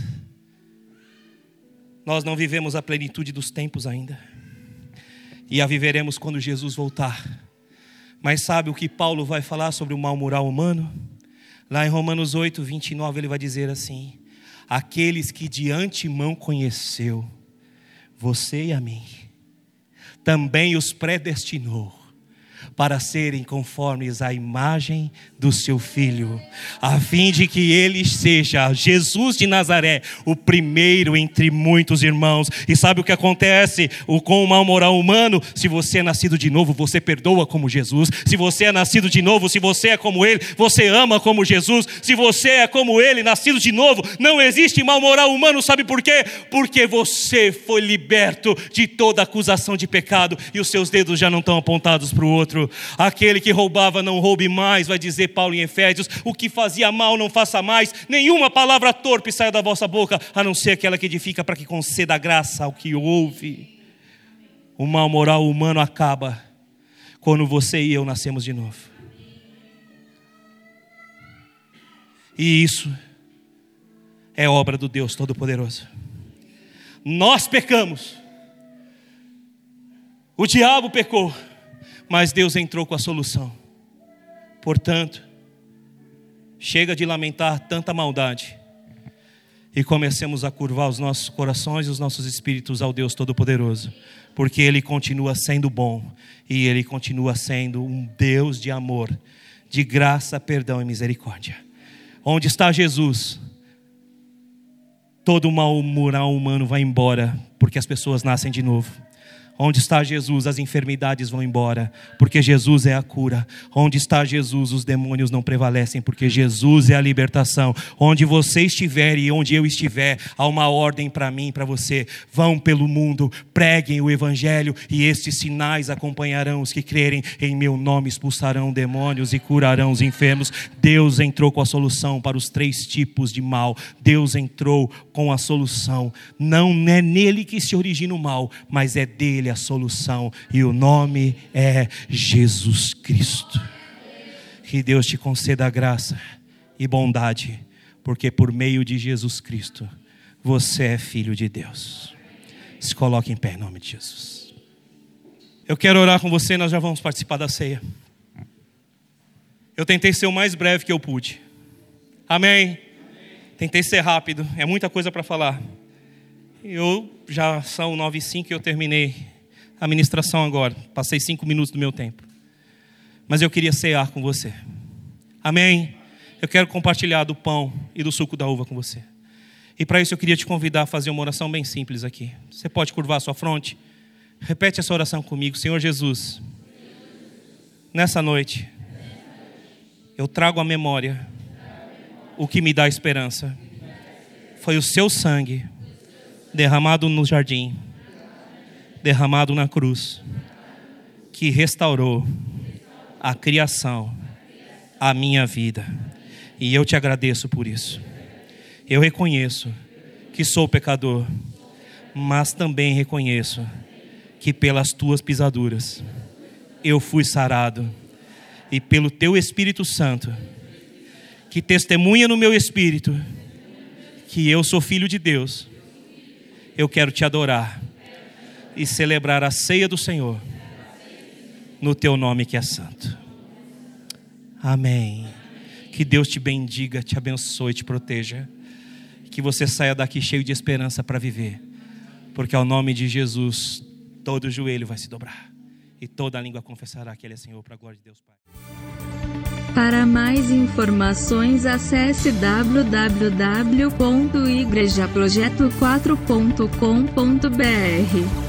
Nós não vivemos a plenitude dos tempos ainda. E a viveremos quando Jesus voltar. Mas sabe o que Paulo vai falar sobre o mal moral humano? Lá em Romanos 8, 29, ele vai dizer assim: aqueles que de antemão conheceu, você e a mim, também os predestinou para serem conformes à imagem do seu Filho, a fim de que ele seja, Jesus de Nazaré, o primeiro entre muitos irmãos. E sabe o que acontece com o mal moral humano? Se você é nascido de novo, você perdoa como Jesus. Se você é nascido de novo, se você é como ele, você ama como Jesus. Se você é como ele, nascido de novo, não existe mal moral humano. Sabe por quê? Porque você foi liberto de toda acusação de pecado, e os seus dedos já não estão apontados para o outro. Aquele que roubava não roube mais, vai dizer Paulo em Efésios. O que fazia mal não faça mais. Nenhuma palavra torpe saia da vossa boca, a não ser aquela que edifica, para que conceda graça ao que ouve. O mal moral humano acaba quando você e eu nascemos de novo. E isso é obra do Deus Todo-Poderoso. Nós pecamos, o diabo pecou, mas Deus entrou com a solução. Portanto, chega de lamentar tanta maldade e comecemos a curvar os nossos corações e os nossos espíritos ao Deus Todo-Poderoso, porque Ele continua sendo bom e Ele continua sendo um Deus de amor, de graça, perdão e misericórdia. Onde está Jesus, todo o mal moral humano vai embora, porque as pessoas nascem de novo. Onde está Jesus, as enfermidades vão embora, porque Jesus é a cura. Onde está Jesus, os demônios não prevalecem, porque Jesus é a libertação. Onde você estiver e onde eu estiver, há uma ordem para mim e para você: vão pelo mundo, preguem o Evangelho, e estes sinais acompanharão os que crerem. Em meu nome expulsarão demônios e curarão os enfermos. Deus entrou com a solução para os 3 tipos de mal. Deus entrou com a solução. Não é nele que se origina o mal, mas é dele a solução, e o nome é Jesus Cristo. Que Deus te conceda graça e bondade, porque por meio de Jesus Cristo você é filho de Deus. Se coloque em pé em nome de Jesus. Eu quero orar com você, nós já vamos participar da ceia. Eu tentei ser o mais breve que eu pude. Amém? Tentei ser rápido, é muita coisa para falar. Já são 9h05 e eu terminei a ministração agora. Passei 5 minutos do meu tempo. Mas eu queria cear com você. Amém? Eu quero compartilhar do pão e do suco da uva com você. E para isso eu queria te convidar a fazer uma oração bem simples aqui. Você pode curvar a sua fronte. Repete essa oração comigo. Senhor Jesus, nessa noite, eu trago à memória o que me dá esperança. Foi o seu sangue derramado no jardim, derramado na cruz, que restaurou a criação, a minha vida. E eu te agradeço por isso. Eu reconheço que sou pecador, mas também reconheço que pelas tuas pisaduras eu fui sarado. e pelo teu Espírito Santo, que testemunha no meu espírito que eu sou filho de Deus, eu quero te adorar e celebrar a ceia do Senhor no teu nome que é santo. Amém. Que Deus te bendiga, te abençoe, te proteja. Que você saia daqui cheio de esperança para viver. Porque ao nome de Jesus, todo joelho vai se dobrar. E toda língua confessará que Ele é Senhor, para a glória de Deus Pai. Para mais informações, acesse www.igrejaprojeto4.com.br.